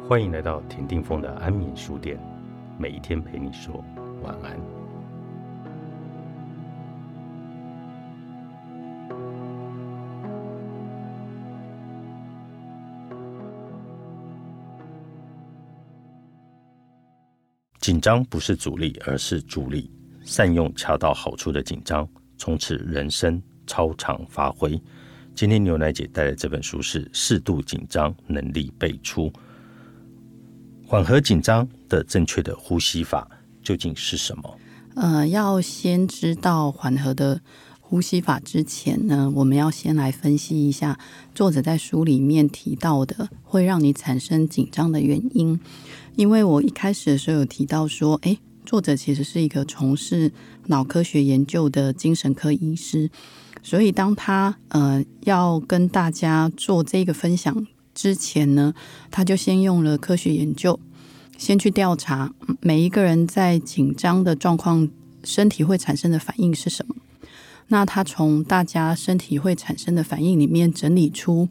欢迎来到田定峰的安眠书店，每一天陪你说晚安。紧张不是阻力，而是助力。善用恰到好处的紧张，从此人生超常发挥。今天牛奶姐带来这本书是《适度紧张能力倍出》。缓和紧张的正确的呼吸法究竟是什么？ 要先知道缓和的呼吸法之前呢，我们要先来分析一下作者在书里面提到的会让你产生紧张的原因。因为我一开始的时候有提到说，作者其实是一个从事脑科学研究的精神科医师，所以当他要跟大家做这个分享之前呢，他就先用了科学研究，先去调查每一个人在紧张的状况身体会产生的反应是什么。那他从大家身体会产生的反应里面整理出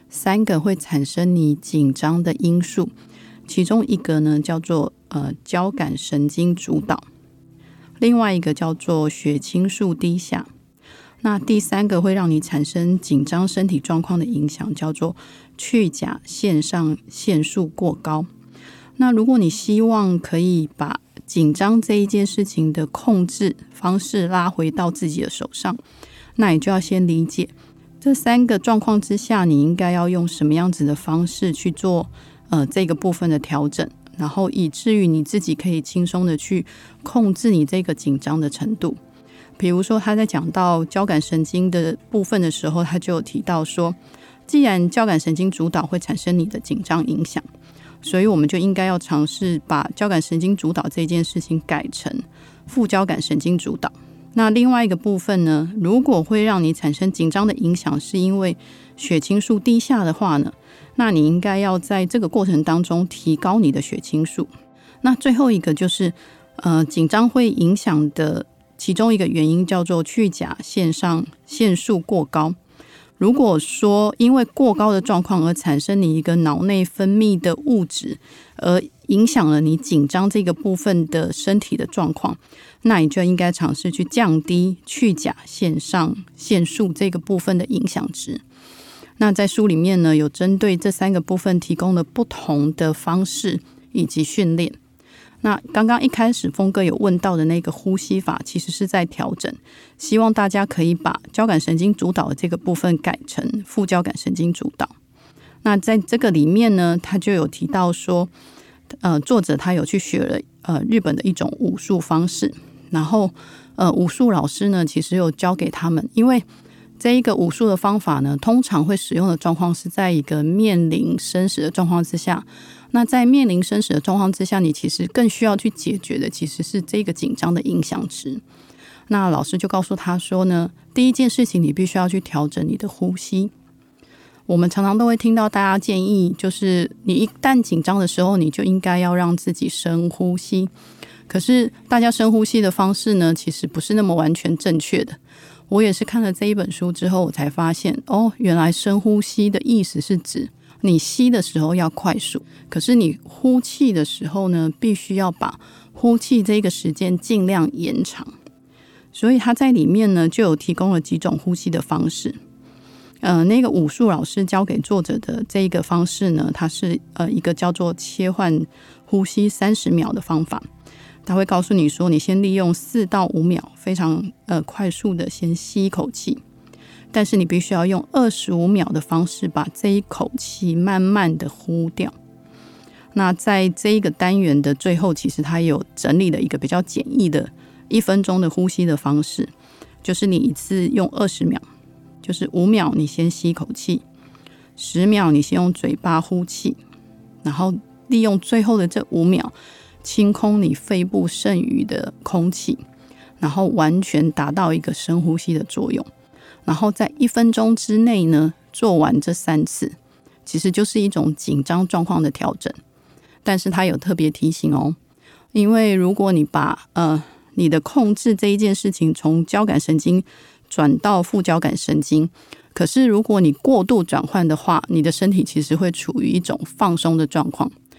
3个会产生你紧张的因素，其中一个呢叫做交感神经主导，另外一个叫做血清素低下，那第3个会让你产生紧张身体状况的影响叫做去甲腺上腺素过高。那如果你希望可以把紧张这一件事情的控制方式拉回到自己的手上，那你就要先理解这3个状况之下你应该要用什么样子的方式去做这个部分的调整，然后以至于你自己可以轻松的去控制你这个紧张的程度。比如说他在讲到交感神经的部分的时候，他就有提到说，既然交感神经主导会产生你的紧张影响，所以我们就应该要尝试把交感神经主导这件事情改成副交感神经主导。那另外一个部分呢，如果会让你产生紧张的影响是因为血清素低下的话呢，那你应该要在这个过程当中提高你的血清素。那最后一个就是紧张会影响的其中一个原因叫做去甲腺上腺素过高。如果说因为过高的状况而产生你一个脑内分泌的物质，而影响了你紧张这个部分的身体的状况，那你就应该尝试去降低去甲腺上腺素这个部分的影响值。那在书里面呢，有针对这3个部分提供了不同的方式以及训练。那刚刚一开始峰哥有问到的那个呼吸法，其实是在调整，希望大家可以把交感神经主导的这个部分改成副交感神经主导。那在这个里面呢，他就有提到说，作者他有去学了日本的一种武术方式，然后武术老师呢其实有教给他们，因为这一个武术的方法呢，通常会使用的状况是在一个面临生死的状况之下。那在面临生死的状况之下，你其实更需要去解决的其实是这个紧张的影响值。那老师就告诉他说呢，第一件事情你必须要去调整你的呼吸。我们常常都会听到大家建议，就是你一旦紧张的时候，你就应该要让自己深呼吸。可是大家深呼吸的方式呢，其实不是那么完全正确的。我也是看了这一本书之后，我才发现原来深呼吸的意思是指你吸的时候要快速，可是你呼气的时候呢，必须要把呼气这个时间尽量延长。所以他在里面呢就有提供了几种呼吸的方式。那个武术老师教给作者的这个方式呢，它是一个叫做切换呼吸30秒的方法。他会告诉你说，你先利用4到5秒非常快速的先吸一口气，但是你必须要用25秒的方式把这一口气慢慢的呼掉。那在这一个单元的最后，其实他有整理了一个比较简易的1分钟的呼吸的方式，就是你一次用20秒，就是5秒你先吸一口气，10秒你先用嘴巴呼气，然后利用最后的这5秒清空你肺部剩余的空气，然后完全达到一个深呼吸的作用。然后在1分钟之内呢，做完这3次，其实就是一种紧张状况的调整。但是他有特别提醒因为如果你把你的控制这一件事情从交感神经转到副交感神经，可是如果你过度转换的话，你的身体其实会处于一种放松的状况。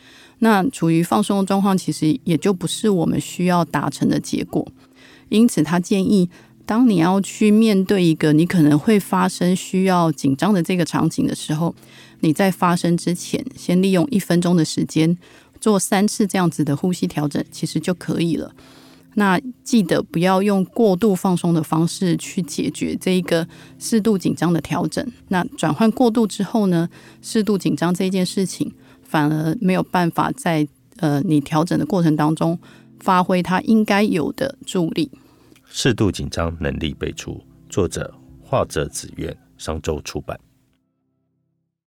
那处于放松的状况，其实也就不是我们需要达成的结果。因此他建议，当你要去面对一个你可能会发生需要紧张的这个场景的时候，你在发生之前先利用1分钟的时间做3次这样子的呼吸调整，其实就可以了。那记得不要用过度放松的方式去解决这一个适度紧张的调整。那转换过度之后呢，适度紧张这件事情反而没有办法在你调整的过程当中发挥它应该有的助力。 适度紧张能力倍出，作者画者子苑，商周出版。